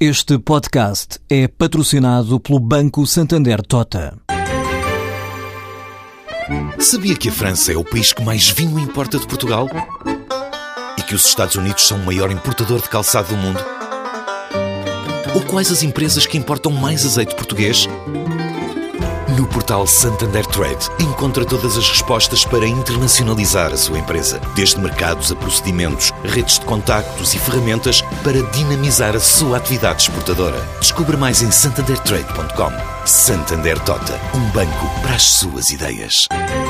Este podcast é patrocinado pelo Banco Santander Tota. Sabia que a França é o país que mais vinho importa de Portugal? E que os Estados Unidos são o maior importador de calçado do mundo? Ou quais as empresas que importam mais azeite português? No portal Santander Trade, encontra todas as respostas para internacionalizar a sua empresa. Desde mercados a procedimentos, redes de contactos e ferramentas para dinamizar a sua atividade exportadora. Descubra mais em santandertrade.com. Santander Tota, um banco para as suas ideias.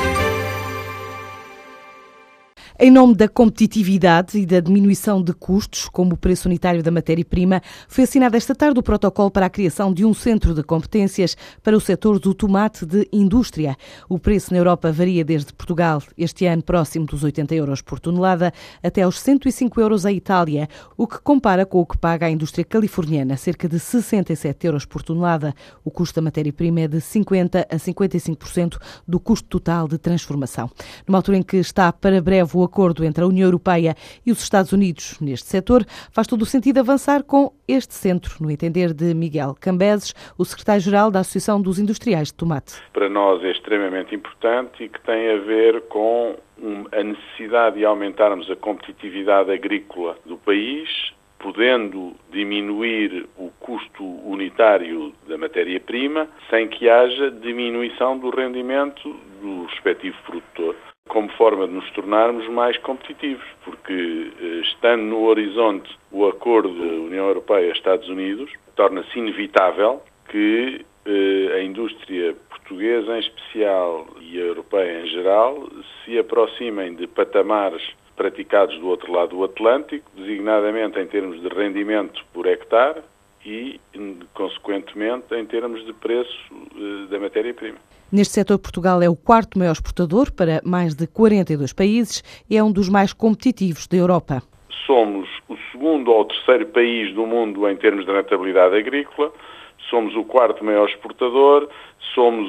Em nome da competitividade e da diminuição de custos, como o preço unitário da matéria-prima, foi assinado esta tarde o protocolo para a criação de um centro de competências para o setor do tomate de indústria. O preço na Europa varia desde Portugal, este ano próximo dos 80 euros por tonelada, até aos 105 euros em Itália, o que compara com o que paga a indústria californiana, cerca de 67 euros por tonelada. O custo da matéria-prima é de 50% a 55% do custo total de transformação. Numa altura em que está para breve o acordo entre a União Europeia e os Estados Unidos neste setor, faz todo o sentido avançar com este centro, no entender de Miguel Cambeses, o secretário-geral da Associação dos Industriais de Tomate. Para nós é extremamente importante e que tem a ver com a necessidade de aumentarmos a competitividade agrícola do país, podendo diminuir o custo unitário da matéria-prima, sem que haja diminuição do rendimento do respectivo produtor, como forma de nos tornarmos mais competitivos, porque estando no horizonte o acordo da União Europeia-Estados Unidos, torna-se inevitável que a indústria portuguesa em especial e a europeia em geral se aproximem de patamares praticados do outro lado do Atlântico, designadamente em termos de rendimento por hectare e, consequentemente, em termos de preço da matéria-prima. Neste setor, Portugal é o quarto maior exportador para mais de 42 países e é um dos mais competitivos da Europa. Somos o segundo ou o terceiro país do mundo em termos de rentabilidade agrícola, somos o quarto maior exportador, somos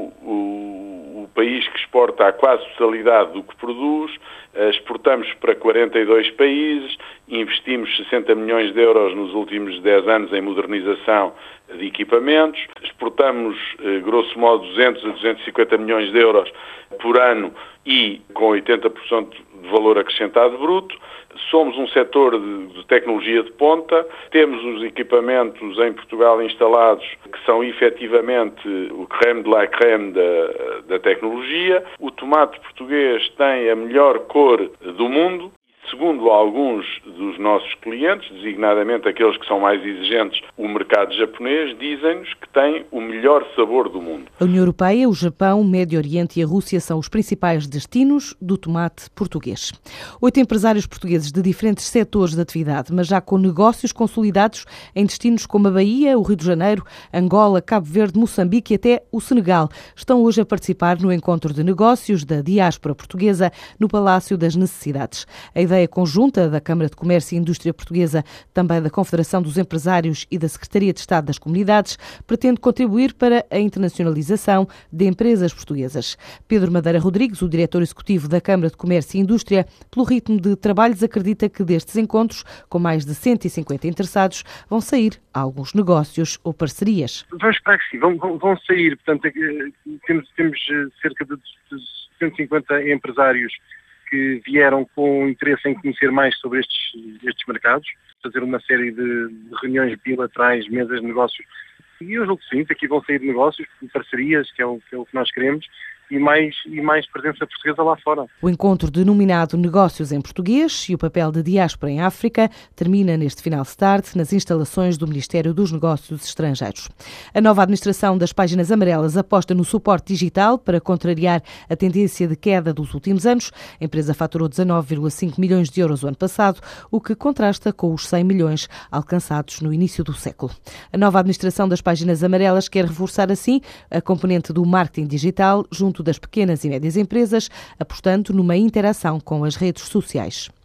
o país que exporta a quase totalidade do que produz, exportamos para 42 países, investimos 60 milhões de euros nos últimos 10 anos em modernização de equipamentos, exportamos, grosso modo, 200 a 250 milhões de euros por ano e com 80% de valor acrescentado bruto. Somos um setor de tecnologia de ponta, temos os equipamentos em Portugal instalados que são efetivamente o crème de la crème da tecnologia. O tomate português tem a melhor cor do mundo. Segundo alguns dos nossos clientes, designadamente aqueles que são mais exigentes, o mercado japonês, dizem-nos que tem o melhor sabor do mundo. A União Europeia, o Japão, o Médio Oriente e a Rússia são os principais destinos do tomate português. 8 empresários portugueses de diferentes setores de atividade, mas já com negócios consolidados em destinos como a Bahia, o Rio de Janeiro, Angola, Cabo Verde, Moçambique e até o Senegal, estão hoje a participar no encontro de negócios da diáspora portuguesa no Palácio das Necessidades. A ideia conjunta da Câmara de Comércio e Indústria Portuguesa, também da Confederação dos Empresários e da Secretaria de Estado das Comunidades, pretende contribuir para a internacionalização de empresas portuguesas. Pedro Madeira Rodrigues, o diretor executivo da Câmara de Comércio e Indústria, pelo ritmo de trabalhos, acredita que destes encontros, com mais de 150 interessados, vão sair alguns negócios ou parcerias. Vamos esperar que sim, vão sair. Portanto, temos cerca de 150 empresários que vieram com interesse em conhecer mais sobre estes mercados, fazer uma série de reuniões bilaterais, mesas de negócios. E eu julgo que sim, aqui vão sair negócios, parcerias, que é o que nós queremos, e mais presença portuguesa lá fora. O encontro denominado Negócios em Português e o papel de diáspora em África termina neste final de tarde nas instalações do Ministério dos Negócios Estrangeiros. A nova administração das Páginas Amarelas aposta no suporte digital para contrariar a tendência de queda dos últimos anos. A empresa faturou 19,5 milhões de euros o ano passado, o que contrasta com os 100 milhões alcançados no início do século. A nova administração das Páginas Amarelas quer reforçar assim a componente do marketing digital junto das pequenas e médias empresas, apostando numa interação com as redes sociais.